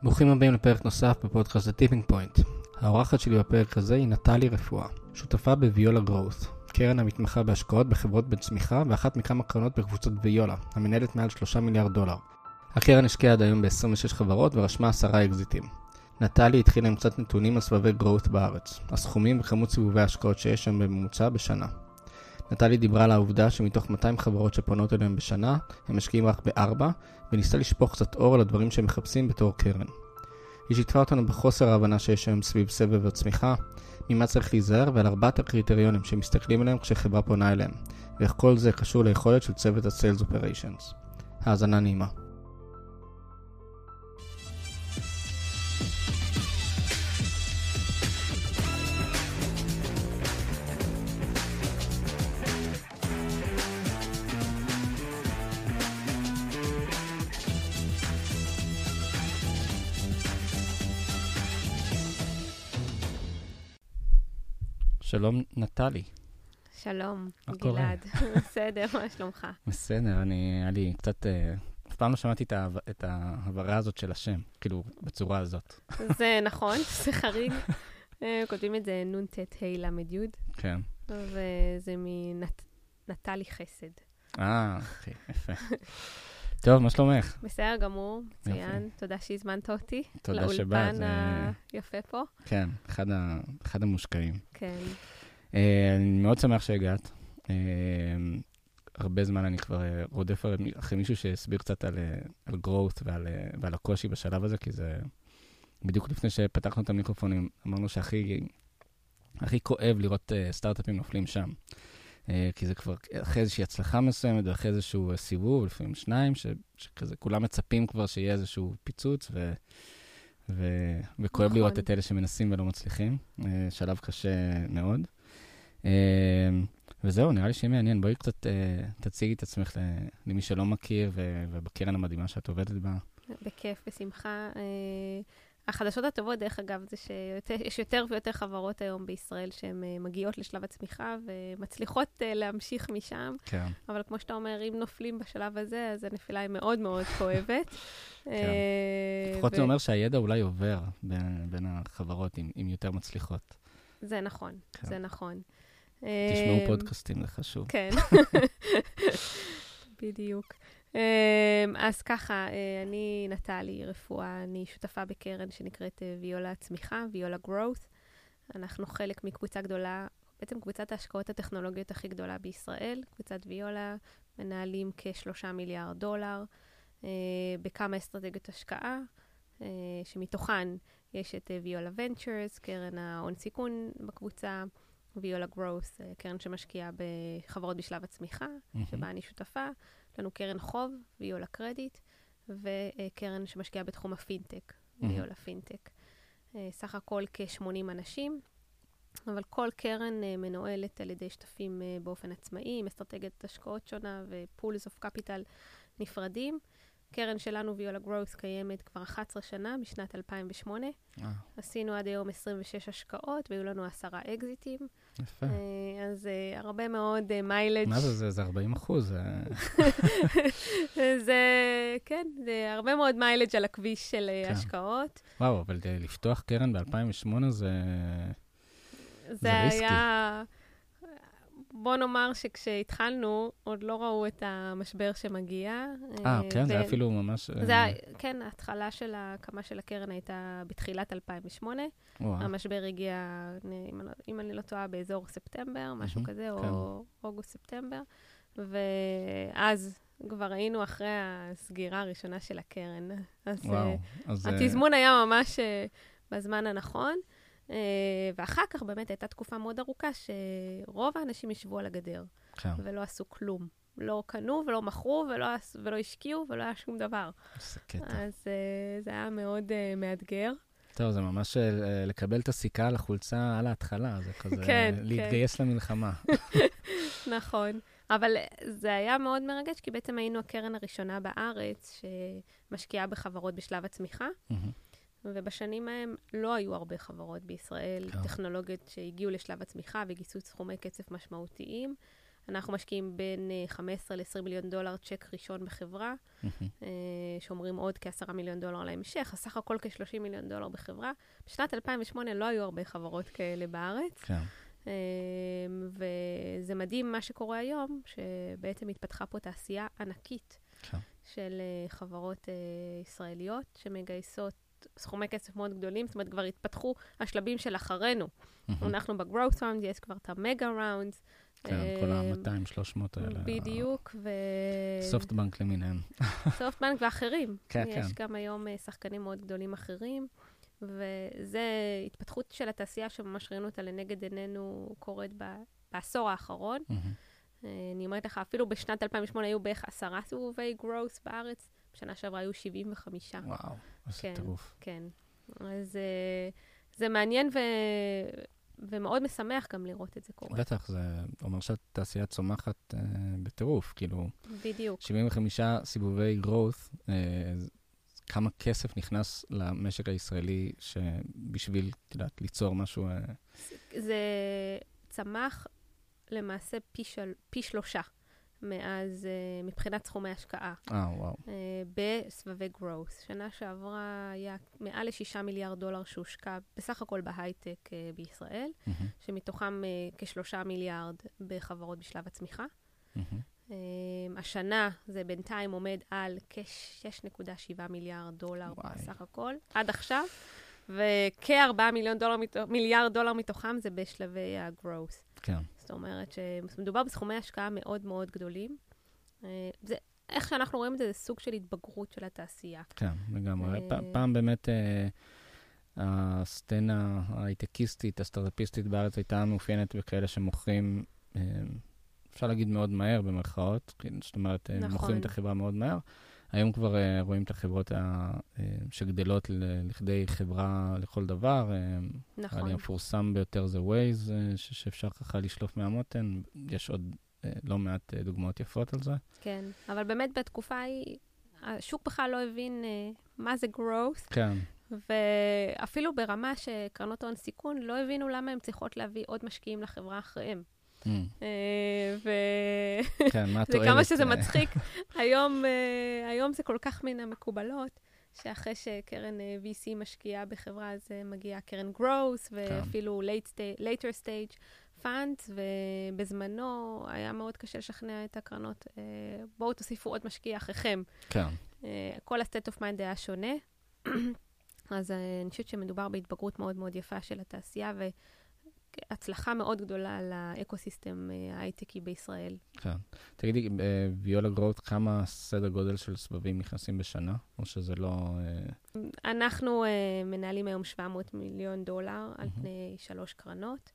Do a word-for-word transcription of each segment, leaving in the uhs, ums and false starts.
ברוכים הבאים לפרק נוסף בפודקאסט הטיפינג פוינט. האורחת שלי בפרק הזה היא נטלי רפואה, שותפה בוויולה גרוות, קרן המתמחה בהשקעות בחברות בצמיחה ואחת מכמה קרנות בקבוצות ויולה, המנהלת מעל שלושה מיליארד דולר. הקרן השקיעה עד היום ב-עשרים ושש חברות ורשמה עשרה אקזיטים. נטלי התחילה עם קצת נתונים על סבבי גרוות בארץ, הסכומים וכמות סיבובי ההשקעות שיש שם בממוצע בשנה. נטלי דיברה על העובדה שמתוך מאתיים חברות שפונות אליהם בשנה, הם משקיעים רק בארבע, וניסתה לשפוך קצת אור על הדברים שהם מחפשים בתור קרן. היא שיתפה אותנו בחוסר ההבנה שיש היום סביב סבב וצמיחה, ממה צריך להיזהר ועל ארבעת הקריטריונים שמסתכלים עליהם כשחברה פונה אליהם, ואיך כל זה קשור ליכולת של צוות ה-Sales Operations. האזנה נעימה. שלום נטלי. שלום, מה גלעד. בסדר, מה שלומך? בסדר, אני, היה לי קצת, אף פעם לא שמעתי את, ההב... את ההעברה הזאת של השם, כאילו בצורה הזאת. זה נכון, זה חריג. כותבים את זה נון תת ה' למד י'. כן. וזה מנטלי חסד. אה, אוקיי, יפה. טוב, מה שלומך? בסדר גמור, מצוין. תודה שהזמנת אותי. תודה שבאת. לאולפן היפה פה. כן, אחד, ה... אחד המושקעים. כן. אני מאוד שמח שהגעת. הרבה זמן אני כבר רודף אחרי מישהו שהסביר קצת על, על growth ועל, ועל הקושי בשלב הזה, כי זה בדיוק לפני שפתחנו את המיקרופונים, אמרנו שהכי הכי כואב לראות סטארט-אפים נופלים שם. כי זה כבר אחרי איזושהי הצלחה מסוימת, ואחרי איזשהו סיבוב, לפעמים שניים, ש, שכזה כולם מצפים כבר שיהיה איזשהו פיצוץ, ו, ו, וכואב נכון. לראות את אלה שמנסים ולא מצליחים. שלב קשה מאוד. וזהו, נראה לי שיהיה מעניין. בואי קצת תציגי את עצמך למי שלא מכיר, ובקרן המדהימה שאת עובדת בה. בכיף, בשמחה. החדשות הטובות, דרך אגב, זה שיש יותר ויותר חברות היום בישראל שהן מגיעות לשלב הצמיחה ומצליחות להמשיך משם. כן. אבל כמו שאתה אומר, אם נופלים בשלב הזה, אז הנפילה היא מאוד מאוד כואבת. כן. לפחות זה אומר שהידע אולי עובר בין החברות עם יותר מצליחות. זה נכון, זה נכון. תשמעו פודקאסטים, זה חשוב. כן. בדיוק. אז ככה, אני נטלי רפואה, אני שותפה בקרן שנקראת ויולה צמיחה, ויולה גרוות. אנחנו חלק מקבוצה גדולה, בעצם קבוצת ההשקעות הטכנולוגיות הכי גדולה בישראל, קבוצת ויולה, מנהלים כשלושה מיליארד דולר, בכמה אסטרטגיות השקעה, שמתוכן יש את ויולה ונצ'רס, קרן ההון סיכון בקבוצה, ויולה גרוות, קרן שמשקיעה בחברות בשלב הצמיחה, שבה אני שותפה. יש לנו קרן חוב, ויולה קרדיט, וקרן שמשקיעה בתחום הפינטק, ויולה פינטק. סך הכל כ-שמונים אנשים, אבל כל קרן מנוהלת על ידי שותפים באופן עצמאי, עם אסטרטגיית השקעות שונה ופולס אוף קפיטל נפרדים. קרן שלנו, ויולה גרוות, קיימת כבר אחת עשרה שנה, משנת אלפיים ושמונה. אה. עשינו עד היום עשרים ושש השקעות, והיו לנו עשרה אקזיטים. יפה. אז uh, הרבה מאוד uh, מיילג'. מה זה? זה, זה ארבעים אחוז. זה, כן, זה הרבה מאוד מיילג' על הכביש של כן. השקעות. וואו, אבל לפתוח קרן ב-אלפיים ושמונה זה, זה, זה ריסקי. היה... בוא נאמר שכשהתחלנו, עוד לא ראו את המשבר שמגיע. אה, כן, ו... זה אפילו ממש... זה, כן, ההתחלה של ההקמה של הקרן הייתה בתחילת אלפיים ושמונה. וואו. המשבר הגיע, אם, אם אני לא טועה, באזור ספטמבר, משהו mm-hmm, כזה, כן. או אוגוסט-ספטמבר. ואז כבר היינו אחרי הסגירה הראשונה של הקרן. אז, וואו, אז התזמון היה ממש בזמן הנכון. Uh, ואחר כך באמת הייתה תקופה מאוד ארוכה שרוב האנשים ישבו על הגדר, כן. ולא עשו כלום. לא קנו ולא מכרו ולא, ולא השקיעו ולא היה שום דבר. זה קטע. אז uh, זה היה מאוד uh, מאתגר. טוב, זה ממש uh, לקבל את הסיכה על החולצה על ההתחלה, זה כזה כן, להתגייס כן. למלחמה. נכון. אבל זה היה מאוד מרגש, כי בעצם היינו הקרן הראשונה בארץ שמשקיעה בחברות בשלב הצמיחה. Mm-hmm. ובשנים ההם לא היו הרבה חברות בישראל, טכנולוגיות שהגיעו לשלב הצמיחה וגייסו סכומי קצב משמעותיים. אנחנו משקיעים בין חמש עשרה ל-עשרים מיליון דולר צ'ק ראשון בחברה, שאומרים עוד כ-עשרה מיליון דולר להמשך, הסך הכל כ-שלושים מיליון דולר בחברה. בשנת אלפיים ושמונה לא היו הרבה חברות כאלה בארץ. כן. וזה מדהים מה שקורה היום, שבעצם התפתחה פה תעשייה ענקית כן. של חברות ישראליות שמגייסות סכומי כסף מאוד גדולים, זאת אומרת, כבר התפתחו השלבים של אחרינו. אנחנו ב-growth round, יש כבר את המגה ראונד. כן, כל ה-מאתיים שלוש מאות האלה. בדיוק, ו... סופטבנק למיניהם. סופטבנק ואחרים. כן, כן. יש גם היום שחקנים מאוד גדולים אחרים, וזה התפתחות של התעשייה שממש ראינו אותה לנגד עינינו קורית בעשור האחרון. אני אומרת לך, אפילו בשנת אלפיים ושמונה היו בערך עשרה סיבובי growth בארץ, בשנה שעברה היו שבעים וחמש. וואו, איזה טירוף. כן, אז זה מעניין ו... ומאוד משמח גם לראות את זה קורה. בטח, זה אומר שהתעשייה צומחת uh, בטירוף, כאילו... בדיוק. שבעים וחמישה סיבובי growth, uh, כמה כסף נכנס למשק הישראלי שבשביל, תדעת, ליצור משהו... Uh... זה צמח למעשה פי, של... פי שלושה. מאז, uh, מבחינת סכומי השקעה. אה, וואו. Uh, בסבבי growth. שנה שעברה היה מעל לשישה מיליארד דולר שהושקע בסך הכל בהייטק uh, בישראל, mm-hmm. שמתוכם uh, כשלושה מיליארד בחברות בשלב הצמיחה. Mm-hmm. Uh, השנה זה בינתיים עומד על כ-שש נקודה שבע מיליארד דולר וואי. בסך הכל, עד עכשיו, וכ-ארבעה מיליארד דולר מתוכם זה בשלבי ה-growth. כן. זאת אומרת שמדובר בסכומי השקעה מאוד מאוד גדולים. זה, איך שאנחנו רואים את זה, זה סוג של התבגרות של התעשייה. כן, לגמרי. פעם באמת הסצנה ההייטקיסטית, הסטארט-אפיסטית בארץ הייתה מאופיינת בכאלה שמוכרים, אפשר להגיד מאוד מהר במרכאות, זאת אומרת, מוכרים את החברה מאוד מהר. היום כבר uh, רואים את החברות uh, uh, שגדלות ל- לכדי חברה לכל דבר. Uh, נכון. המפורסם ביותר זה Waze, uh, ש- שאפשר ככה לשלוף מהמותן. יש עוד uh, לא מעט uh, דוגמאות יפות על זה. כן, אבל באמת בתקופה היא, השוק בכלל לא הבין uh, מה זה growth. כן. ואפילו ברמה שקרנות הון סיכון לא הבינו למה הם צריכות להביא עוד משקיעים לחברה אחריהם. וכמה שזה מצחיק, היום זה כל כך מן המקובלות, שאחרי שקרן וי סי משקיעה בחברה, אז מגיעה קרן growth, ואפילו later stage funds, ובזמנו היה מאוד קשה לשכנע את הקרנות, בואו תוסיפו עוד משקיע אחריכם. כל ה-state of mind היה שונה, אז אני חושבת שמדובר בהתבגרות מאוד מאוד יפה של התעשייה, ו... הצלחה מאוד גדולה לאקוסיסטם ההייטקי בישראל. כן. תגידי, ויולה גרוט, כמה סדר גודל של סבבים נכנסים בשנה? או שזה לא... אנחנו מנהלים היום שבע מאות מיליון דולר על פני שלוש קרנות.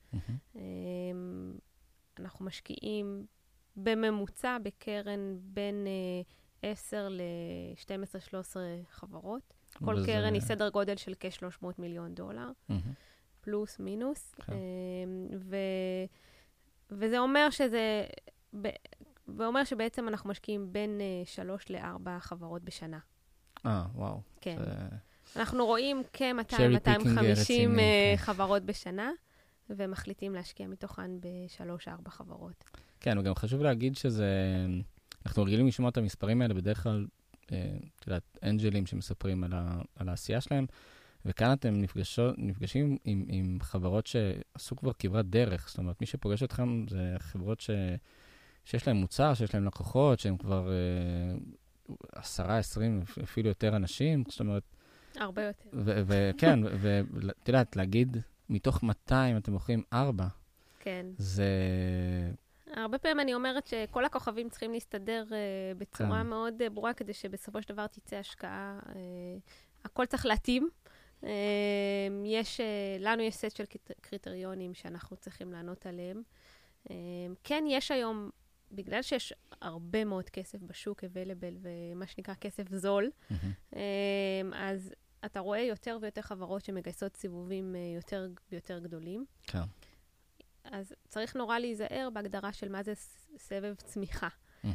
אנחנו משקיעים בממוצע בקרן בין עשר ל-שתים עשרה שלוש עשרה חברות. כל קרן היא סדר גודל של כ-שלוש מאות מיליון דולר. פלוס, מינוס, okay. ו... וזה אומר שזה, ואומר שבעצם אנחנו משקיעים בין שלוש לארבע חברות בשנה. אה, וואו. כן. זה... אנחנו רואים כ-מאתיים מאתיים וחמישים uh, חברות בשנה, ומחליטים להשקיע מתוכן בשלוש ארבע חברות. כן, וגם חשוב להגיד שזה, אנחנו רגילים לשמוע את המספרים האלה, בדרך כלל, uh, תדעת, אנג'לים שמספרים על, ה... על העשייה שלהם, וכאן אתם נפגשו, נפגשים עם, עם חברות שעשו כבר כברת דרך. זאת אומרת, מי שפוגש אתכם זה חברות ש, שיש להם מוצר, שיש להם לקוחות, שהם כבר עשרה, עשרים, אפילו יותר אנשים. זאת אומרת... הרבה יותר. וכן, ואת יודעת, להגיד, מתוך מאתיים אתם מוכרים ארבע. כן. זה... הרבה פעמים אני אומרת שכל הכוכבים צריכים להסתדר uh, בצורה כן. מאוד uh, ברורה, כדי שבסופו של דבר תצא השקעה. Uh, הכל צריך להתאים. יש, לנו יש סט של קריטריונים שאנחנו צריכים לענות עליהם. כן, יש היום, בגלל שיש הרבה מאוד כסף בשוק, available, ומה שנקרא כסף זול, אז אתה רואה יותר ויותר חברות שמגייסות סיבובים יותר ויותר גדולים. כן. אז צריך נורא להיזהר בהגדרה של מה זה סבב צמיחה.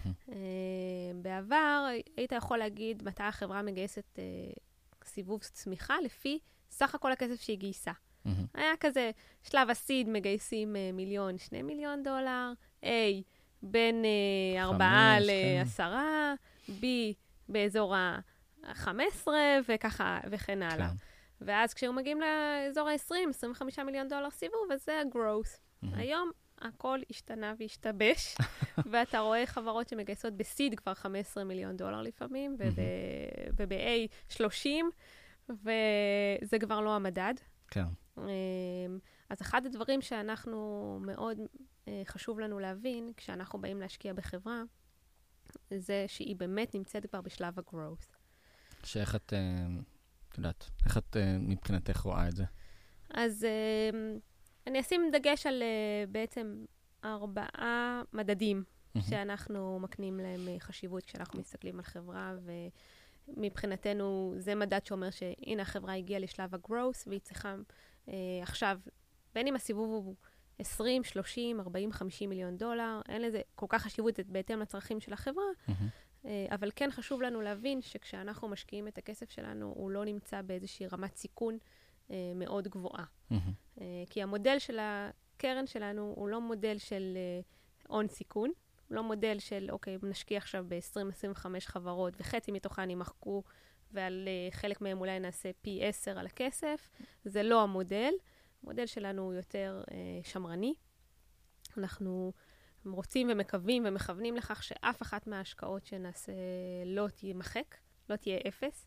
בעבר, היית יכול להגיד מתי החברה מגייסת סיבוב צמיחה לפי סך הכל הכסף שהיא גייסה. Mm-hmm. היה כזה, שלב הסיד מגייסים uh, מיליון, שני מיליון דולר, A, בין אה, ארבעה לעשרה, B באזור ה-חמש עשרה, וככה, וכן הלאה. כן. ואז כשהם מגיעים לאזור ה-עשרים, עשרים וחמישה מיליון דולר סיבוב, אז זה ה-growth. Mhm. היום הכל השתנה והשתבש, ואתה רואה חברות שמגייסות בסיד כבר חמישה עשר מיליון דולר לפעמים, וב-A שלושים, וזה כבר לא המדד. כן. אז אחד הדברים שאנחנו מאוד חשוב לנו להבין, כשאנחנו באים להשקיע בחברה, זה שהיא באמת נמצאת כבר בשלב ה-growth. שאיך את, את יודעת, איך את מבחינתך רואה את זה? אז אני אשים דגש על בעצם ארבעה מדדים שאנחנו מקנים להם חשיבות כשאנחנו מסתכלים על חברה, ומבחינתנו זה מדד שאומר שהנה החברה הגיעה לשלב ה-growth, והיא צריכה עכשיו, בין אם הסיבוב הוא עשרים, שלושים, ארבעים, חמישים מיליון דולר, אין לזה כל כך חשיבות בהתאם לצרכים של החברה, אבל כן חשוב לנו להבין שכשאנחנו משקיעים את הכסף שלנו, הוא לא נמצא באיזושהי רמת סיכון מאוד גבוהה. כי המודל של הקרן שלנו הוא לא מודל של הון סיכון, הוא לא מודל של, אוקיי, נשקיע עכשיו ב-עשרים עשרים וחמש חברות, וחצי מתוכן ימחקו, ועל חלק מהם אולי נעשה פי עשר על הכסף. זה לא המודל. המודל שלנו הוא יותר שמרני. אנחנו רוצים ומקווים ומכוונים לכך שאף אחת מההשקעות שנעשה לא תימחק, לא תהיה אפס.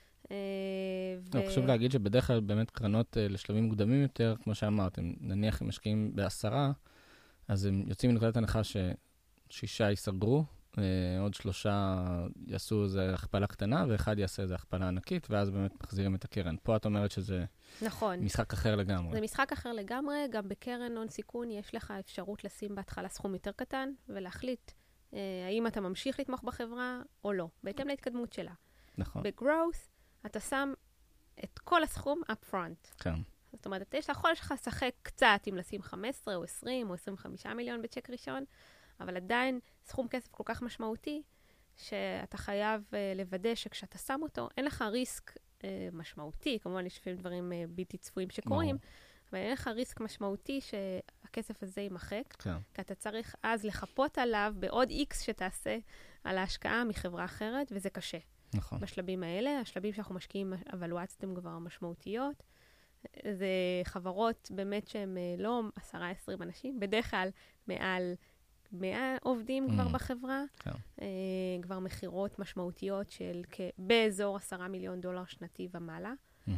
חשוב להגיד שבדרך כלל באמת קרנות לשלבים מוקדמים יותר, כמו שאמרת, נניח הם משקיעים בעשרה, אז הם יוצאים מנקודת הנחה ששישה ייסגרו, עוד שלושה יעשו איזו הכפלה קטנה, ואחד יעשה איזו הכפלה ענקית, ואז באמת מחזירים את הקרן. פה את אומרת שזה נכון. משחק אחר לגמרי. זה משחק אחר לגמרי, גם בקרן הון סיכון יש לך אפשרות לשים בהתחלה סכום יותר קטן, ולהחליט אה, האם אתה ממשיך לתמוך בחברה או לא, בהתאם להתקדמות שלה. נכון. ב-growth אתה שם את כל הסכום up front. כן. זאת אומרת, אתה יש לך, יכול לך לשחק קצת אם לשים חמש עשרה או עשרים או עשרים וחמישה מיליון בצ'ק ראשון, אבל עדיין סכום כסף כל כך משמעותי, שאתה חייב uh, לוודא שכשאתה שם אותו, אין לך ריסק uh, משמעותי, כמובן יש לפעמים דברים uh, בלתי צפויים שקורים, אבל אין לך ריסק משמעותי שהכסף הזה יימחק, כן. כי אתה צריך אז לחפות עליו בעוד X שתעשה על ההשקעה מחברה אחרת, וזה קשה. נכון. בשלבים האלה, השלבים שאנחנו משקיעים אבלואציות הן כבר משמעותיות, זה חברות באמת שהן לא עשרה עשרים אנשים, בדרך כלל מעל מאה עובדים כבר בחברה, כבר מחירות משמעותיות של באזור עשרה מיליון דולר שנתי ומעלה.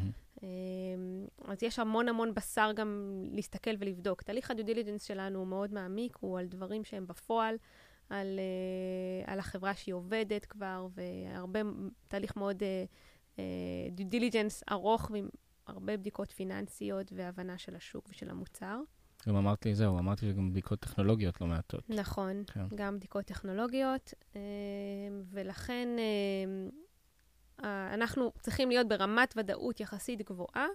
אז יש המון המון בשר גם להסתכל ולבדוק. תהליך הדיו דיליג'נס שלנו הוא מאוד מעמיק, הוא על דברים שהם בפועל, על, על החברה שהיא עובדת כבר, והרבה תהליך מאוד דיו דיליג'נס ארוך, ועם הרבה בדיקות פיננסיות והבנה של השוק ושל המוצר. גם אמרתי זהו, אמרתי שגם בדיקות טכנולוגיות לא מעטות. נכון, כן. גם בדיקות טכנולוגיות, ולכן אנחנו צריכים להיות ברמת ודאות יחסית גבוהה,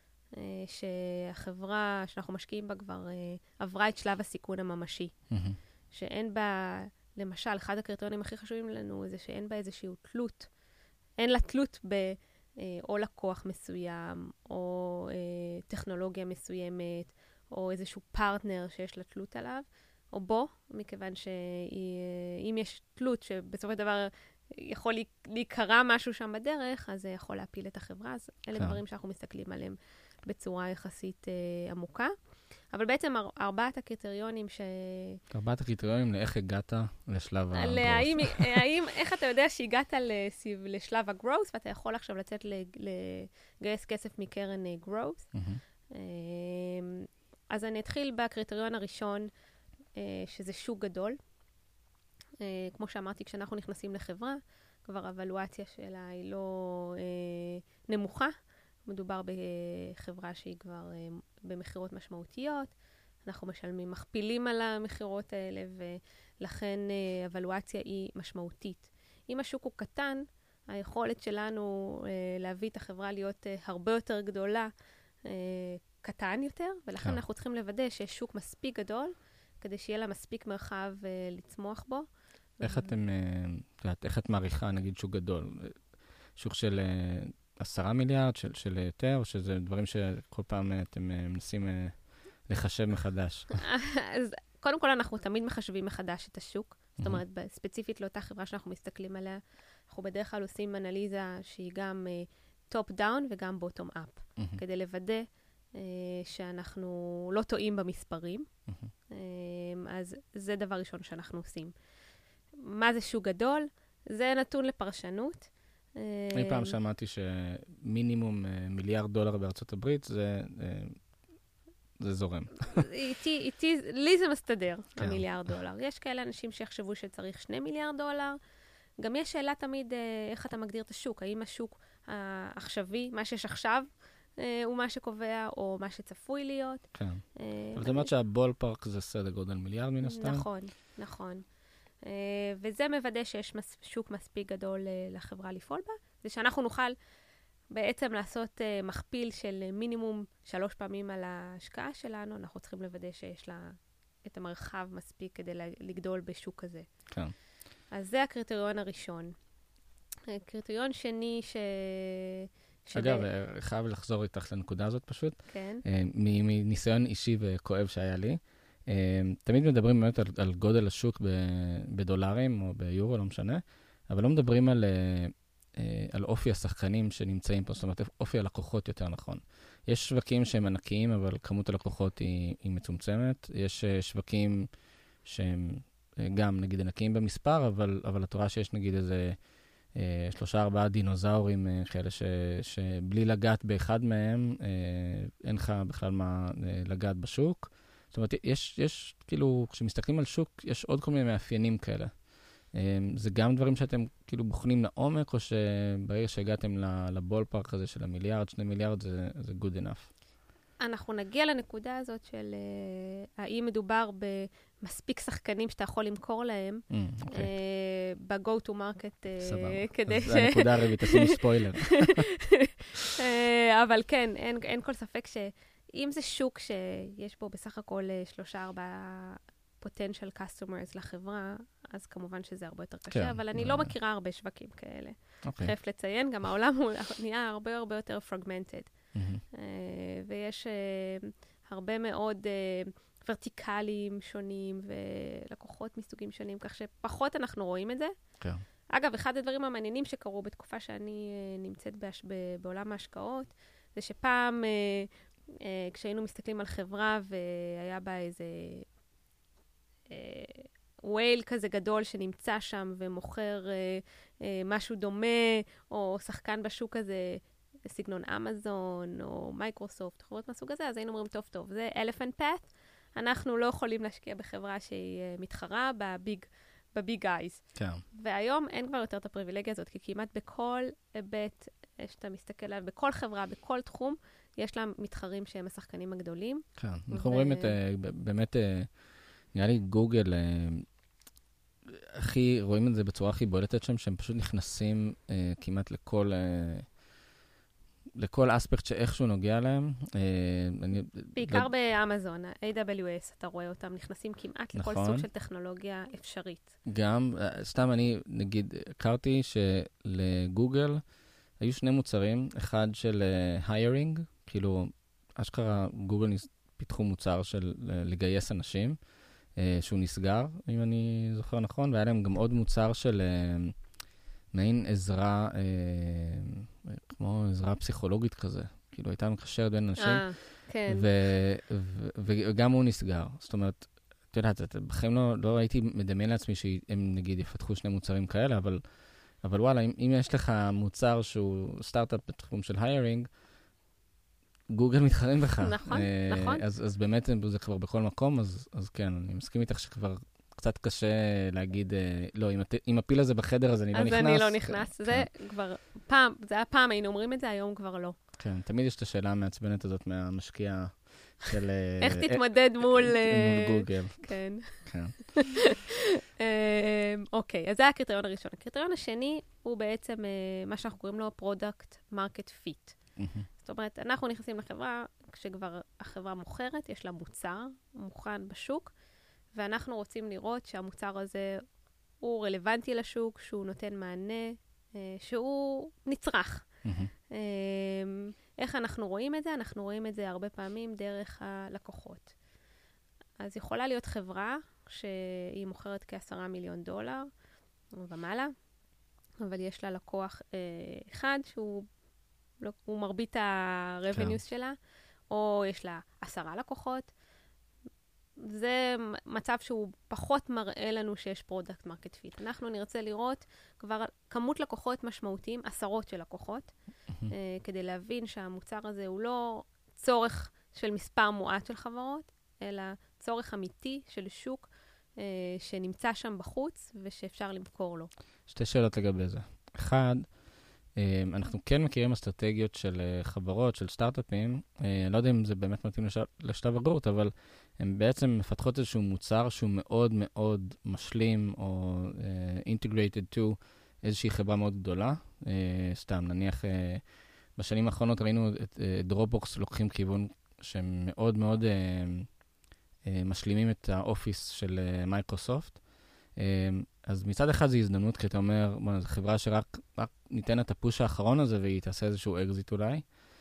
שהחברה שאנחנו משקיעים בה כבר עברה את שלב הסיכון הממשי. שאין בה, למשל, אחד הקריטריונים הכי חשובים לנו זה שאין בה איזושהי תלות, אין לה תלות ב... או לקוח מסוים, או טכנולוגיה מסוימת, או איזשהו פרטנר שיש לה תלות עליו, או בו, מכיוון שאם יש תלות שבסופו של דבר יכול להיקרא משהו שם בדרך, אז זה יכול להפיל את החברה. אז אלה דברים שאנחנו מסתכלים עליהם בצורה יחסית עמוקה. אבל בעצם ארבעת הקריטריונים ש... ארבעת הקריטריונים לאיך הגעת לשלב הגרוס. האם, איך אתה יודע שהגעת לשלב הגרוס, ואתה יכול עכשיו לצאת לגייס כסף מקרן גרוס. אז אני אתחיל בקריטריון הראשון, שזה שוק גדול. כמו שאמרתי, כשאנחנו נכנסים לחברה, כבר האבלואציה שלה היא לא נמוכה. מדובר בחברה שהיא כבר במחירות משמעותיות. אנחנו משלמים מכפילים על המחירות האלה, ולכן אבלואציה היא משמעותית. אם השוק הוא קטן, היכולת שלנו להביא את החברה להיות הרבה יותר גדולה, קטן יותר, ולכן אנחנו צריכים לוודא שיש שוק מספיק גדול, כדי שיהיה לה מספיק מרחב לצמוח בו. איך אתם, איך את מעריכה, נגיד, שוק גדול? שוק של עשרה מיליארד, של, של יותר, או שזה דברים שכל פעם אתם מנסים לחשב מחדש? אז קודם כל, אנחנו תמיד מחשבים מחדש את השוק. זאת אומרת, ספציפית לאותה חברה שאנחנו מסתכלים עליה, אנחנו בדרך כלל עושים אנליזה שהיא גם טופ דאון וגם בוטום אפ, כדי לוודא שאנחנו לא טועים במספרים. אז זה דבר ראשון שאנחנו עושים. מה זה שוק גדול? זה נתון לפרשנות. אי פעם שמעתי שמינימום מיליארד דולר בארצות הברית זה... זה זורם. איתי, איתי, לי זה מסתדר, המיליארד דולר. יש כאלה אנשים שיחשבו שצריך שני מיליארד דולר. גם יש שאלה תמיד איך אתה מגדיר את השוק. האם השוק העכשווי, מה שיש עכשיו, הוא מה שקובע, או מה שצפוי להיות. כן. אבל זאת אומרת שהבול פארק זה סדר גודל מיליארד מן הסתם? נכון, נכון. וזה מוודא שיש שוק מספיק גדול לחברה לפעול בה. זה שאנחנו נוכל... בעצם לעשות uh, מכפיל של מינימום שלוש פעמים על ההשקעה שלנו, אנחנו צריכים לוודא שיש לה את המרחב מספיק כדי לגדול בשוק כזה. כן. אז זה הקריטריון הראשון. קריטריון שני ש... אגב, שד... חייב לחזור איתך לנקודה הזאת פשוט. כן. Uh, מניסיון אישי וכואב שהיה לי, uh, תמיד מדברים באמת על, על גודל השוק בדולרים או ביורו, לא משנה, אבל לא מדברים על... Uh, על אופי השחקנים שנמצאים פה, זאת אומרת, אופי הלקוחות יותר נכון. יש שווקים שהם ענקיים, אבל כמות הלקוחות היא, היא מצומצמת. יש שווקים שהם גם, נגיד, ענקיים במספר, אבל, אבל את רואה שיש, נגיד, איזה שלושה, ארבעה דינוזאורים כאלה, ש, שבלי לגעת באחד מהם, אין לך בכלל מה לגעת בשוק. זאת אומרת, יש, יש, כאילו, כשמסתכלים על שוק, יש עוד כל מיני מאפיינים כאלה. זה גם דברים שאתם כאילו בוחנים לעומק, או שברגע שהגעתם לבול פארק הזה של המיליארד, שני מיליארד, זה, זה good enough? אנחנו נגיע לנקודה הזאת של uh, האם מדובר במספיק שחקנים שאתה יכול למכור להם, mm, okay. uh, ב-go to market, uh, כדי ש... זה הנקודה הרביעית, תשימי ספוילר. uh, אבל כן, אין, אין כל ספק שאם זה שוק שיש בו בסך הכל שלושה, ארבעה potential customers לחברה, אז כמובן שזה הרבה יותר קשה, כן, אבל אני uh... לא מכירה הרבה שווקים כאלה. Okay. חייב לציין, גם העולם הוא נהיה הרבה הרבה יותר fragmented. Mm-hmm. Uh, ויש uh, הרבה מאוד uh, ורטיקלים שונים ולקוחות מסוגים שונים, כך שפחות אנחנו רואים את זה. Okay. אגב, אחד הדברים המעניינים שקרו בתקופה שאני uh, נמצאת בהש... בעולם ההשקעות, זה שפעם uh, uh, כשהיינו מסתכלים על חברה והיה בה איזה ווייל uh, כזה גדול שנמצא שם ומוכר uh, uh, משהו דומה, או שחקן בשוק הזה, סגנון אמזון או מייקרוסופט, חברות מהסוג הזה, אז היינו אומרים, טוב, טוב, זה elephant path, אנחנו לא יכולים להשקיע בחברה שהיא uh, מתחרה בביג, בביג אייז. כן. והיום אין כבר יותר את הפריבילגיה הזאת, כי כמעט בכל היבט שאתה מסתכל עליו, בכל חברה, בכל תחום, יש לה מתחרים שהם השחקנים הגדולים. כן, אנחנו רואים את, באמת, נראה לי גוגל, הכי, רואים את זה בצורה הכי בולטת שם, שהם פשוט נכנסים כמעט לכל... לכל אספקט שאיכשהו נוגע להם. בעיקר באמזון, ה-איי דאבליו אס, אתה רואה אותם, נכנסים כמעט לכל סוג של טכנולוגיה אפשרית. גם, סתם אני, נגיד, הכרתי שלגוגל היו שני מוצרים, אחד של hiring, כאילו, אשכרה גוגל פיתחו מוצר של לגייס אנשים, שהוא נסגר, אם אני זוכר נכון, והיה להם גם עוד מוצר של... מעין עזרה, אה, כמו עזרה פסיכולוגית כזה. כאילו, הייתה מקשרת בין אנשים. אה, כן. ו- ו- וגם הוא נסגר. זאת אומרת, את יודעת, את, בחיים לא, לא הייתי מדמיין לעצמי שהם, נגיד, יפתחו שני מוצרים כאלה, אבל, אבל וואלה, אם, אם יש לך מוצר שהוא סטארט-אפ בתחום של היירינג, גוגל מתחרים בך. נכון, אה, נכון. אז, אז באמת זה כבר בכל מקום, אז, אז כן, אני מסכים איתך שכבר... קצת קשה להגיד, לא, אם הפיל הזה בחדר, אז אני לא נכנס. אז אני לא נכנס. זה כבר פעם, זה היה פעם, היינו אומרים את זה, היום כבר לא. כן, תמיד יש את השאלה המעצבנת הזאת מהמשקיע של... איך תתמודד מול... מול גוגל. כן. כן. אוקיי, אז זה הקריטריון הראשון. הקריטריון השני הוא בעצם מה שאנחנו קוראים לו Product Market Fit. זאת אומרת, אנחנו נכנסים לחברה, כשכבר החברה מוכרת, יש לה מוצר מוכן בשוק, ואנחנו רוצים לראות שהמוצר הזה הוא רלוונטי לשוק, שהוא נותן מענה, שהוא נצרך. Mm-hmm. איך אנחנו רואים את זה? אנחנו רואים את זה הרבה פעמים דרך הלקוחות. אז יכולה להיות חברה שהיא מוכרת כעשרה מיליון דולר ומעלה, אבל יש לה לקוח אה, אחד שהוא לא, הוא מרבית ה-revenues שלה, או יש לה עשרה לקוחות. זה מצב שהוא פחות מראה לנו שיש פרודקט מרקט פיט. אנחנו נרצה לראות כבר כמות לקוחות משמעותיים, עשרות של לקוחות, אה, כדי להבין שהמוצר הזה הוא לא צורך של מספר מועט של חברות, אלא צורך אמיתי של שוק אה, שנמצא שם בחוץ ושאפשר למכור לו. שתי שאלות לגבי זה. אחד, אנחנו כן מכירים אסטרטגיות של חברות, של סטארט-אפים, לא יודע אם זה באמת מתאים לשלב הגרות, אבל הן בעצם מפתחות איזשהו מוצר שהוא מאוד מאוד משלים, או integrated to איזושהי חברה מאוד גדולה. סתם, נניח, בשנים האחרונות ראינו את דרופבוקס לוקחים כיוון שהם מאוד מאוד משלימים את האופיס של מייקרוסופט. אז מצד אחד זו הזדמנות, כי אתה אומר, בוא, זו חברה שרק רק ניתן את הפוש האחרון הזה, והיא תעשה איזשהו אקזיט אולי.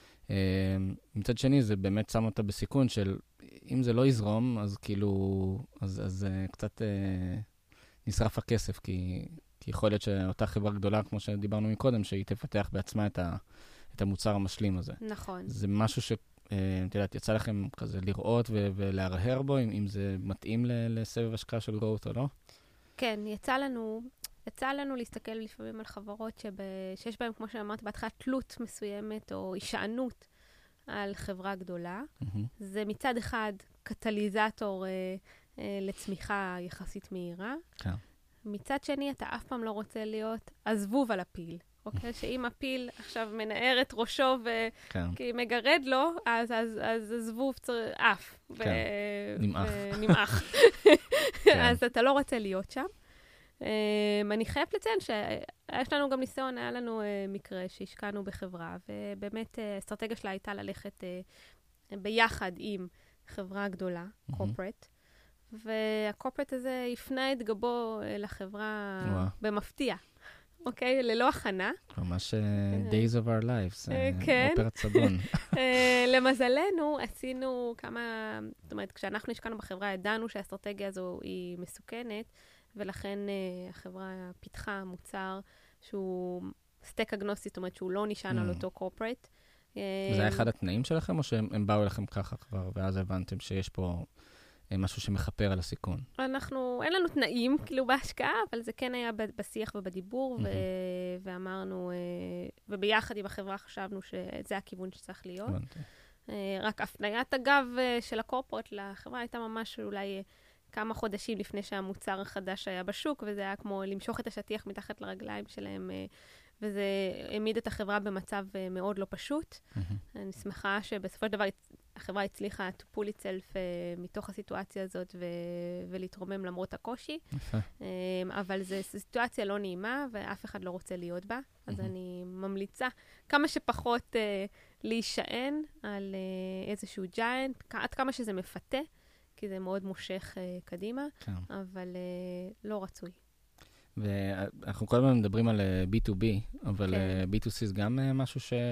מצד שני, זה באמת שם אותה בסיכון של, אם זה לא יזרום, אז כאילו, אז, אז קצת אה, נשרף הכסף, כי, כי יכול להיות שאותה חברה גדולה, כמו שדיברנו מקודם, שהיא תפתח בעצמה את, ה, את המוצר המשלים הזה. נכון. זה משהו ש... את יודעת, יצא לכם כזה לראות ו- ולהרהר בו, אם, אם זה מתאים לסבב השקעה של growth או לא? כן, יצא לנו, יצא לנו להסתכל לפעמים על חברות שב, שיש בהן, כמו שאמרתי, בהתחלה תלות מסוימת או הישענות על חברה גדולה. Mm-hmm. זה מצד אחד קטליזטור אה, אה, לצמיחה יחסית מהירה. כן. מצד שני, אתה אף פעם לא רוצה להיות הזבוב על הפיל. אוקיי? שאם הפיל עכשיו מנער את ראשו וכי מגרד לו, אז, אז, אז הזבוב צריך אף. כן, נמעך. ונמעך. אז אתה לא רוצה להיות שם. אני חייבת לציין שיש לנו גם ניסיון, היה לנו מקרה שהשקענו בחברה, ובאמת האסטרטגיה שלה הייתה ללכת ביחד עם חברה גדולה, קורפרט, והקורפרט הזה הפנה את גבו לחברה במפתיע. אוקיי, ללא הכנה. ממש days of our lives, אופרת סבון. למזלנו, עשינו כמה, זאת אומרת, כשאנחנו השקענו בחברה, ידענו שהאסטרטגיה הזו היא מסוכנת, ולכן החברה פיתחה מוצר שהוא סטק אגנוסטי, זאת אומרת שהוא לא נשען על אותו קורפרט. זה היה אחד התנאים שלכם, או שהם באו אליכם ככה כבר, ואז הבנתם שיש פה משהו שמחפר על הסיכון? אנחנו, אין לנו תנאים, כאילו, בהשקעה, אבל זה כן היה בשיח ובדיבור, ו- ואמרנו, וביחד עם החברה חשבנו שזה הכיוון שצריך להיות. רק הפניית הגב של הקורפורט לחברה הייתה ממש אולי כמה חודשים לפני שהמוצר החדש היה בשוק, וזה היה כמו למשוך את השטיח מתחת לרגליים שלהם, וזה העמיד את החברה במצב מאוד לא פשוט. אני שמחה שבסופו של דבר החברה הצליחה to pull itself uh, מתוך הסיטואציה הזאת ו- ולהתרומם למרות הקושי. Um, אבל זו סיטואציה לא נעימה, ואף אחד לא רוצה להיות בה. אז אני ממליצה כמה שפחות uh, להישען על uh, איזשהו giant, עד כמה שזה מפתה, כי זה מאוד מושך uh, קדימה, כן. אבל uh, לא רצוי. ואנחנו כל הזמן מדברים על בי טו בי, אבל כן. בי טו סי זה גם uh, משהו ש...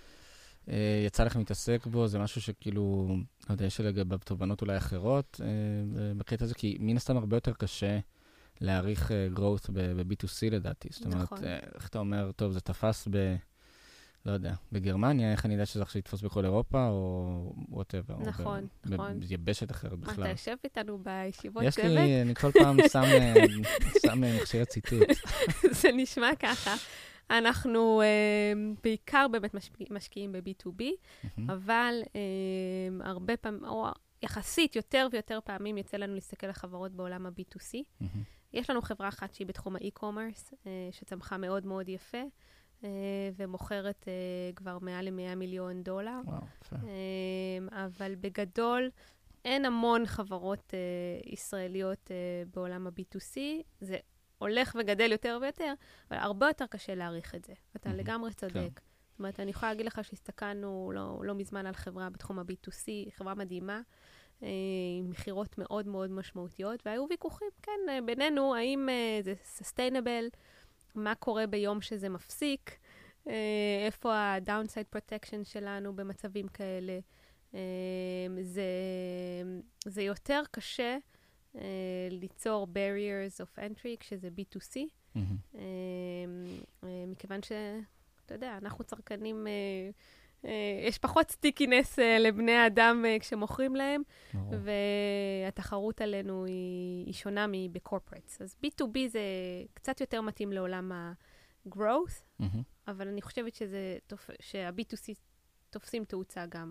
יצא לכם להתעסק בו, זה משהו שכאילו, לא יודע, יש לגביו תובנות אולי אחרות בקטע הזה, כי מן הסתם הרבה יותר קשה להעריך growth ב-בי טו סי לדעתי. זאת אומרת, איך אתה אומר, טוב, זה תפס ב, לא יודע, בגרמניה, איך אני יודע שזה עכשיו יתפוס בכל אירופה, או whatever. נכון, נכון. ביבשת אחרת בכלל. אתה יושב איתנו בישיבות צוות? יש לי, אני כל פעם שם מכשיר ציטוט. זה נשמע ככה. אנחנו uh, בעיקר באמת משקיע, משקיעים ב-בי טו בי, mm-hmm. אבל uh, הרבה פעמים, או יחסית יותר ויותר פעמים יצא לנו להסתכל על חברות בעולם ה-בי טו סי. Mm-hmm. יש לנו חברה אחת שהיא בתחום האי-קומרס, uh, שצמחה מאוד מאוד יפה, uh, ומוכרת uh, כבר מעל ל-מאה מיליון דולר. וואו, יפה. Uh, אבל בגדול, אין המון חברות uh, ישראליות uh, בעולם ה-בי טו סי. זה הולך וגדל יותר ויותר, אבל הרבה יותר קשה להעריך את זה. אתה לגמרי צודק. זאת אומרת, אני יכולה להגיד לך שהסתכלנו לא, לא מזמן על חברה בתחום ה-בי טו סי, חברה מדהימה, עם מחירות מאוד מאוד משמעותיות, והיו ויכוחים, כן, בינינו, האם זה sustainable, מה קורה ביום שזה מפסיק, איפה ה-downside protection שלנו במצבים כאלה, זה, זה יותר קשה ליצור barriers of entry כשזה בי טו סי, mm-hmm. מכיוון שאתה יודע, אנחנו צרכנים, יש פחות סטיקינס לבני האדם כשמוכרים להם, oh. והתחרות עלינו היא, היא שונה מבקורפרטס. אז בי טו בי זה קצת יותר מתאים לעולם ה-growth, mm-hmm. אבל אני חושבת שזה, שה-בי טו סי תופסים תאוצה גם.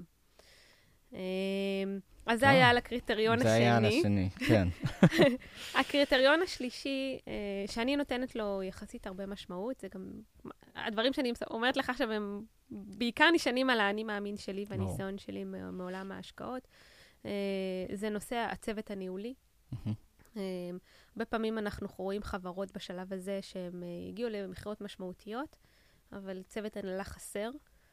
אז זה היה על הקריטריון השני. זה היה על השני, כן. הקריטריון השלישי, שאני נותנת לו יחסית הרבה משמעות, זה גם, הדברים שאני אומרת לך עכשיו, הם בעיקר נשענים על האני מאמין שלי והניסיון שלי מעולם ההשקעות. זה נושא הצוות הניהולי. הרבה פעמים אנחנו רואים חברות בשלב הזה שהם הגיעו למחירות משמעותיות, אבל צוות הנהלה חסר.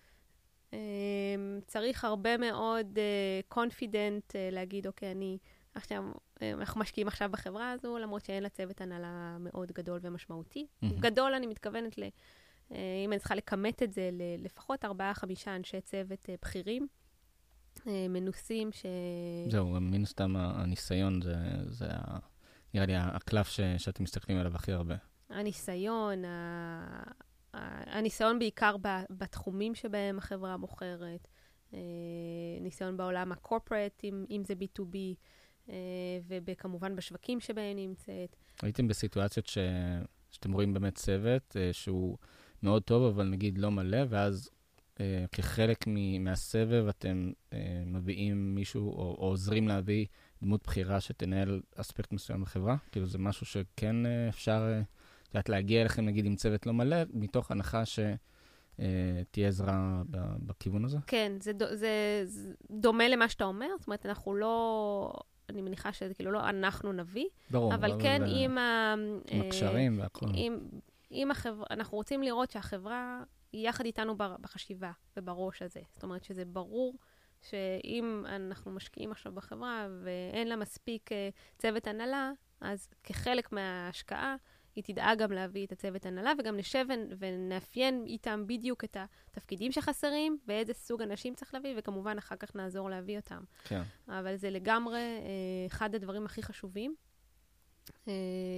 צריך הרבה מאוד confident להגיד, אוקיי, אני עכשיו, אנחנו משקיעים עכשיו בחברה הזו, למרות שאין לה צוות הנהלה מאוד גדול ומשמעותי. גדול, אני מתכוונת, אם אני צריכה לקמת את זה, לפחות ארבעה, חמישה אנשי צוות בכירים, מנוסים ש... זהו, מן סתם הניסיון, זה נראה לי הקלף שאתם מסתכלים עליו הכי הרבה. הניסיון, הניסיון בעיקר בתחומים שבהם החברה מוכרת, ניסיון בעולם הקורפרט, אם זה בי טו בי, וכמובן בשווקים שבהם נמצאת. הייתם בסיטואציות ש... שאתם רואים באמת צוות שהוא מאוד טוב, אבל נגיד לא מלא, ואז כחלק מהסבב אתם מביאים מישהו, או, או עוזרים להביא דמות בחירה שתנהל אספקט מסוים בחברה? כאילו זה משהו שכן אפשר... יודעת, להגיע אליכם, נגיד, עם צוות לא מלא, מתוך הנחה שתהיה עזרה בכיוון הזה? כן, זה, זה, זה דומה למה שאתה אומר, זאת אומרת, אנחנו לא, אני מניחה שזה כאילו לא אנחנו נביא, ברור, אבל, אבל כן, עם ה... עם הקשרים והכל. עם, עם החברה, אנחנו רוצים לראות שהחברה היא יחד איתנו בחשיבה ובראש הזה. זאת אומרת, שזה ברור שאם אנחנו משקיעים עכשיו בחברה, ואין לה מספיק צוות הנהלה, אז כחלק מההשקעה, היא תדאג גם להביא את הצוות הנהלה, וגם נשב ונאפיין איתם בדיוק את התפקידים שחסרים, ואיזה סוג אנשים צריך להביא, וכמובן אחר כך נעזור להביא אותם. כן. אבל זה לגמרי אה, אחד הדברים הכי חשובים. אה,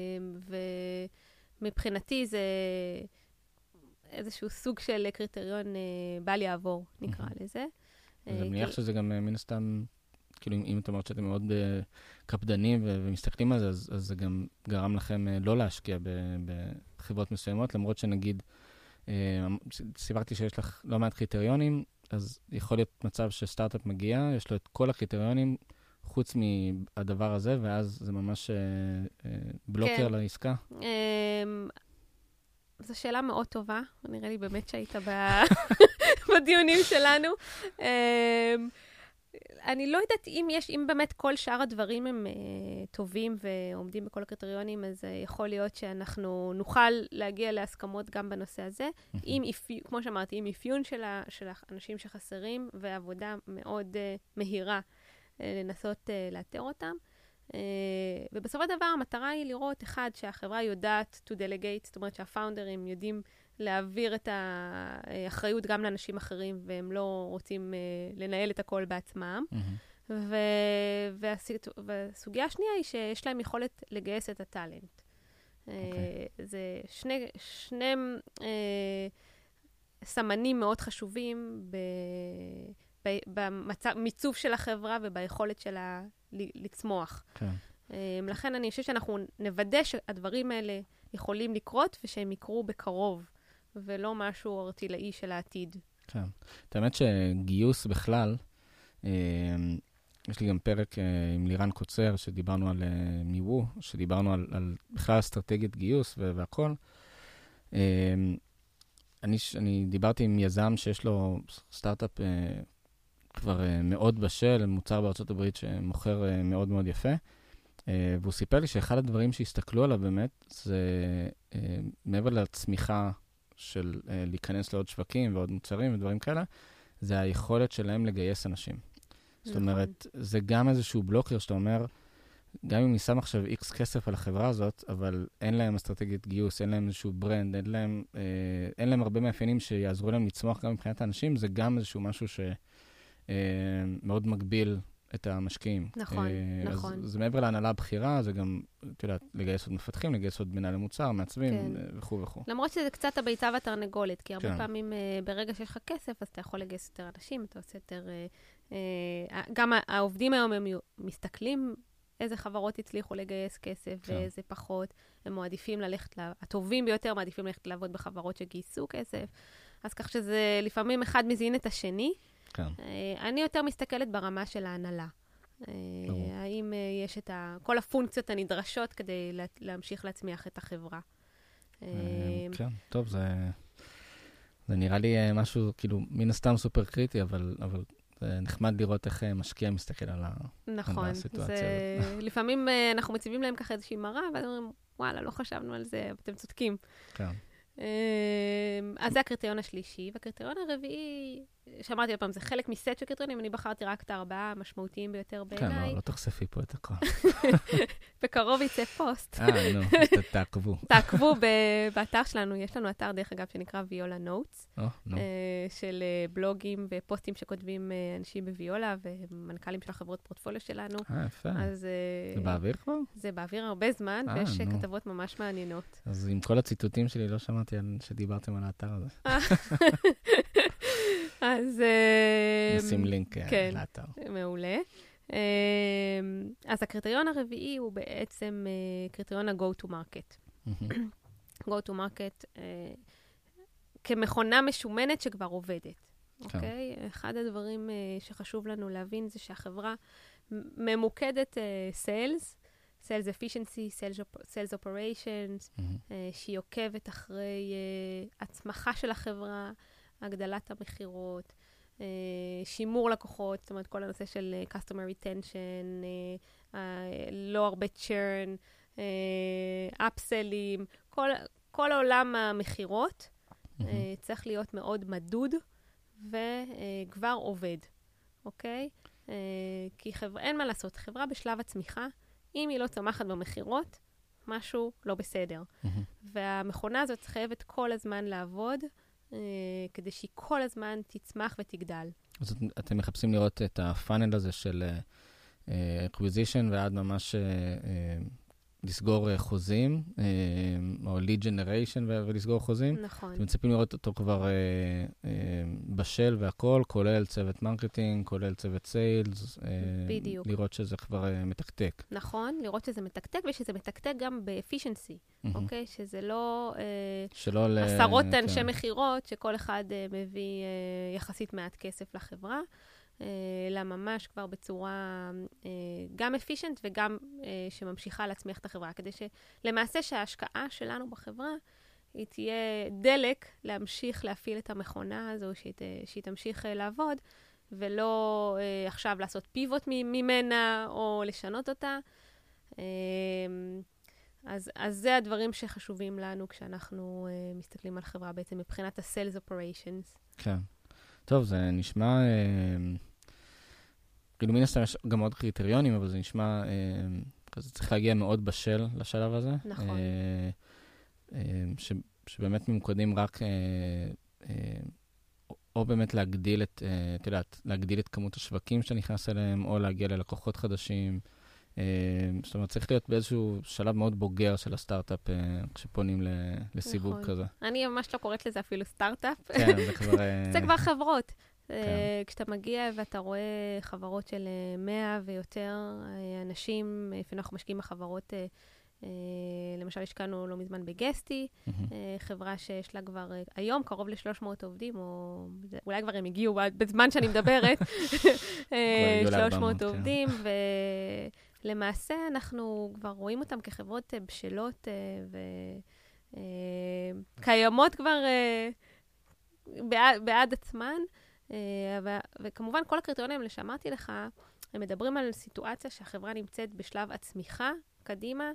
ומבחינתי זה איזשהו סוג של קריטריון אה, בל יעבור, נקרא mm-hmm. לזה. אני אה, מניח כי... שזה גם מן הסתם... כאילו, אם אתם אומרת שאתם מאוד קפדנים ומסתכלים על זה, אז, אז זה גם גרם לכם לא להשקיע בחברות מסוימות, למרות שנגיד, סיברתי שיש לך לא מעט קריטריונים, אז יכול להיות מצב שסטארט-אפ מגיע, יש לו את כל הקריטריונים, חוץ מהדבר הזה, ואז זה ממש בלוקר כן. לעסקה. זו שאלה מאוד טובה, נראה לי באמת שהיית בדיונים שלנו. אני לא יודעת אם יש, אם באמת כל שאר הדברים הם uh, טובים ועומדים בכל הקריטריונים, אז uh, יכול להיות שאנחנו נוכל להגיע להסכמות גם בנושא הזה, עם אפיון, כמו שאמרתי, עם אפיון של, ה, של האנשים שחסרים, ועבודה מאוד uh, מהירה uh, לנסות uh, לאתר אותם. Uh, ובסופו של דבר המטרה היא לראות, אחד, שהחברה יודעת to delegate, זאת אומרת שהפאונדרים יודעים להעביר את האחריות גם לאנשים אחרים, והם לא רוצים uh, לנהל את הכל בעצמם. Mm-hmm. ו- והס- והסוגיה השנייה היא שיש להם יכולת לגייס את הטלנט. Okay. Uh, זה שני, שני uh, סמנים מאוד חשובים ב- במיצוב של החברה וביכולת שלה לצמוח. Okay. Uh, לכן אני חושבת שאנחנו נוודא שהדברים האלה יכולים לקרות, ושהם יקרו בקרוב. ולא משהו ארטילאי של העתיד. כן. את האמת שגיוס בכלל, אה, יש לי גם פרק אה, עם לירן קוצר, שדיברנו על אה, מיוו, שדיברנו על, על בכלל אסטרטגיית גיוס והכל. אה, אני, אני דיברתי עם יזם שיש לו סטארט-אפ אה, כבר אה, מאוד בשל, מוצר בארצות הברית שמוכר אה, מאוד מאוד יפה, אה, והוא סיפר לי שאחד הדברים שהסתכלו עליו באמת, זה אה, מעבר לצמיחה, של uh, להיכנס לעוד שווקים ועוד מוצרים ודברים כאלה, זה היכולת שלהם לגייס אנשים. זאת אומרת, זה גם איזשהו בלוקר שאתה אומר, גם אם אני שם עכשיו איקס כסף על החברה הזאת, אבל אין להם אסטרטגיית גיוס, אין להם איזשהו ברנד, אין להם, אה, אין להם הרבה מאפיינים שיעזרו להם לצמוח גם מבחינת האנשים, זה גם איזשהו משהו מאוד מגביל את המשקיעים. נכון, נכון. אז זה מעבר להנהלה הבחירה, זה גם, אתה יודע, לגייס עוד מפתחים, לגייס עוד מנהלי מוצר, מעצבים וכו' וכו'. למרות שזה קצת הביצה והתרנגולת, כי הרבה פעמים ברגע שיש לך כסף, אז אתה יכול לגייס יותר אנשים, אתה עושה יותר... גם העובדים היום הם מסתכלים איזה חברות הצליחו לגייס כסף ואיזה פחות. הם מעדיפים ללכת, הטובים ביותר מעדיפים ללכת לעבוד בחברות שגייסו כסף. אז כך שזה לפעמים אחד מזין את השני. כן. אני יותר מסתכלת ברמה של ההנהלה. האם יש את כל הפונקציות הנדרשות כדי להמשיך להצמיח את החברה. כן, טוב, זה נראה לי משהו, כאילו, מן הסתם סופר קריטי, אבל זה נחמד לראות איך משקיע מסתכל על הסיטואציה הזאת. לפעמים אנחנו מציבים להם ככה איזושהי מראה, ואז אומרים, וואלה, לא חשבנו על זה, אתם צודקים. כן. אז זה הקריטריון השלישי, והקריטריון הרביעי, שאמרתי עוד פעם, זה חלק מסט של קריטריונים, אני בחרתי רק את הארבעה המשמעותיים ביותר בעיניי. כן, לא, לא תחשפי פה את הכל. בקרוב יצא פוסט. אה, נו, תעקבו. תעקבו באתר שלנו, יש לנו אתר דרך אגב שנקרא ויולה נוטס, של בלוגים ופוסטים שכותבים אנשים בוויולה, ומנכ"לים של החברות פורטפוליו שלנו. אה, יפה. זה זה באוויר כבר? זה באוויר הרבה זמן, ויש כתבות ממש מעניינות. אז עם כל הציטוטים שלי לא שמעתי שדיברתם על האתר הזה. אז... נשים לינק לאתר. מעולה. אז הקריטריון הרביעי הוא בעצם קריטריון ה-go to market. go to market כמכונה משומנת שכבר עובדת. אוקיי? אחד הדברים שחשוב לנו להבין זה שהחברה ממוקדת sales, sales efficiency, sales, sales operations, שהיא עוקבת אחרי הצמחה של החברה, הגדלת המחירות, שימור לקוחות, זאת אומרת, כל הנושא של customer retention, לא הרבה churn, upselling, כל, כל עולם המחירות צריך להיות מאוד מדוד וכבר עובד, אוקיי? כי חברה, אין מה לעשות, חברה בשלב הצמיחה, אם היא לא צומחת במחירות, משהו לא בסדר. והמכונה הזאת חייבת כל הזמן לעבוד, כדי שהיא כל הזמן תצמח ותגדל. אז אתם מחפשים לראות את הפאנל הזה של acquisition ועד ממש לסגור חוזים, או lead generation ולסגור חוזים. נכון. אתם מצפים לראות אותו כבר בשל והכל, כולל צוות מרקטינג, כולל צוות סיילס. בדיוק. לראות שזה כבר מתקתק. נכון, לראות שזה מתקתק, ושזה מתקתק גם באפישנסי, אוקיי? שזה לא עשרות אנשי מחירות, שכל אחד מביא יחסית מעט כסף לחברה, אלא ממש כבר בצורה גם אפישנט וגם שממשיכה להצמיח את החברה, כדי שלמעשה שההשקעה שלנו בחברה היא תהיה דלק להמשיך להפעיל את המכונה הזו, שהיא תמשיך לעבוד, ולא עכשיו לעשות פיבוט ממנה או לשנות אותה. אז, אז זה הדברים שחשובים לנו כשאנחנו מסתכלים על חברה בעצם מבחינת ה-sales operations. כן. טוב, זה נשמע, כאילו מן הסתם יש גם עוד קריטריונים, אבל זה נשמע, כזה צריך להגיע מאוד בשל לשלב הזה. נכון. שבאמת ממוקדים רק, או באמת להגדיל את, אתה יודעת, להגדיל את כמות השווקים שנכנס אליהם, או להגיע ללקוחות חדשים. זאת אומרת, צריך להיות באיזשהו שלב מאוד בוגר של הסטארט-אפ, כשפונים לסיבוב כזה. אני ממש לא קוראת לזה אפילו סטארט-אפ. כן, זה כבר... זה כבר חברות. כשאתה מגיע ואתה רואה חברות של מאה ויותר אנשים, לפעמים אנחנו משקיעים בחברות, למשל השקענו לא מזמן בגסטי, חברה שיש לה כבר היום קרוב ל-שלוש מאות עובדים, או אולי כבר הם הגיעו בזמן שאני מדברת, שלוש מאות עובדים, ולמעשה אנחנו כבר רואים אותם כחברות בשלות וקיימות כבר בעד עצמן, וכמובן כל הקריטריונים שאמרתי לך, הם מדברים על סיטואציה שהחברה נמצאת בשלב הצמיחה קדימה,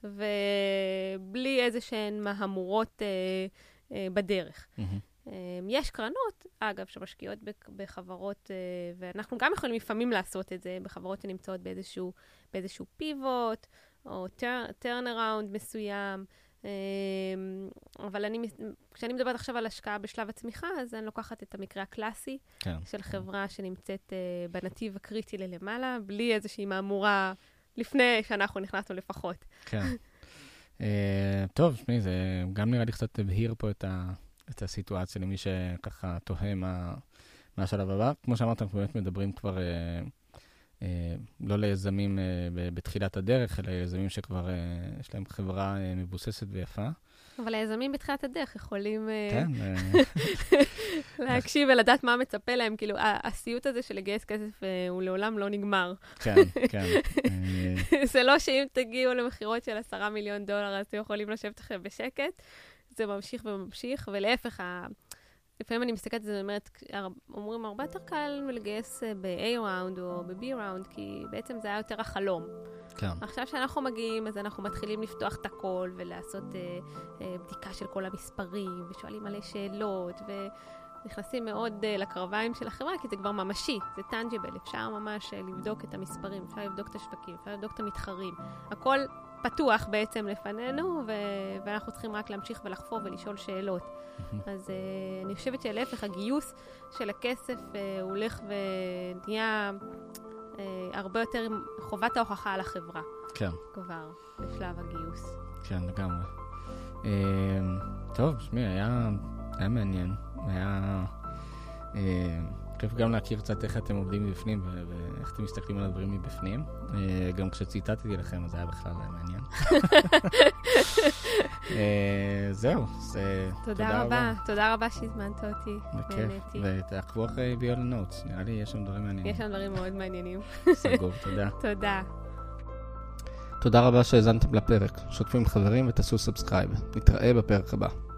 ובלי איזה שהן מהמורות אה, אה, בדרך. Mm-hmm. אה, יש קרנות, אגב, שמשקיעות בחברות, אה, ואנחנו גם יכולים לפעמים לעשות את זה, בחברות שנמצאות באיזשהו, באיזשהו פיבוט, או turn around מסוים, אבל אני, כשאני מדברת עכשיו על השקעה בשלב הצמיחה, אז אני לוקחת את המקרה הקלאסי כן. של חברה שנמצאת בנתיב הקריטי ללמעלה, בלי איזושהי מאמורה לפני שאנחנו נכנסנו לפחות. כן. טוב, שמי, זה גם נראה לי קצת תבהיר פה את, ה, את הסיטואציה למי שככה תוהה מה, מה השלב הבא. כמו שאמרת, אנחנו באמת מדברים כבר אה, לא ליזמים אה, בתחילת הדרך, אלא ליזמים שכבר אה, יש להם חברה אה, מבוססת ויפה. אבל היזמים בתחילת הדרך יכולים כן, להקשיב ולדעת מה מצפה להם. כאילו, הסיוט הזה של לגייס כסף הוא לעולם לא נגמר. כן, כן. זה לא שאם תגיעו למחירות של עשרה מיליון דולר, אז אתם יכולים לשבת לכם בשקט. זה ממשיך וממשיך, ולהפך, לפעמים אני מסתכלת על זה, אומרת, אומרים, הרבה יותר קל לגייס ב-A ראונד או ב-B ראונד, כי בעצם זה היה יותר החלום. כן. עכשיו שאנחנו מגיעים, אז אנחנו מתחילים לפתוח את הכל, ולעשות אה, אה, בדיקה של כל המספרים, ושואלים עלי שאלות, ונכנסים מאוד אה, לקרביים של החברה, כי זה כבר ממשי, זה טנג'יבל, אפשר ממש אה, לבדוק את המספרים, אפשר לבדוק את השווקים, אפשר לבדוק את המתחרים. הכל פתוח בעצם לפנינו, ו... ואנחנו צריכים רק להמשיך ולחפור ולשאול שאלות. אז uh, אני חושבת שלהפך, הגיוס של הכסף uh, הולך ונהיה uh, הרבה יותר חובת ההוכחה על החברה. כן. כבר, בשלב הגיוס. כן, לגמרי. Uh, טוב, שמי, היה, היה מעניין. היה... Uh, כיף גם להכיר קצת איך אתם עובדים מבפנים, ואיך אתם מסתכלים על הדברים מבפנים. גם כשציטטתי לכם, אז היה בכלל מעניין. זהו, תודה רבה. תודה רבה שהזמנת אותי. בכיף, ותעקבו אחרי ויולה נוטס. נראה לי יש שם דברים מעניינים. יש שם דברים מאוד מעניינים. סגור, תודה. תודה. תודה רבה שהזנתם לפרק. שותפים חברים ותעשו סאבסקרייב. נתראה בפרק הבא.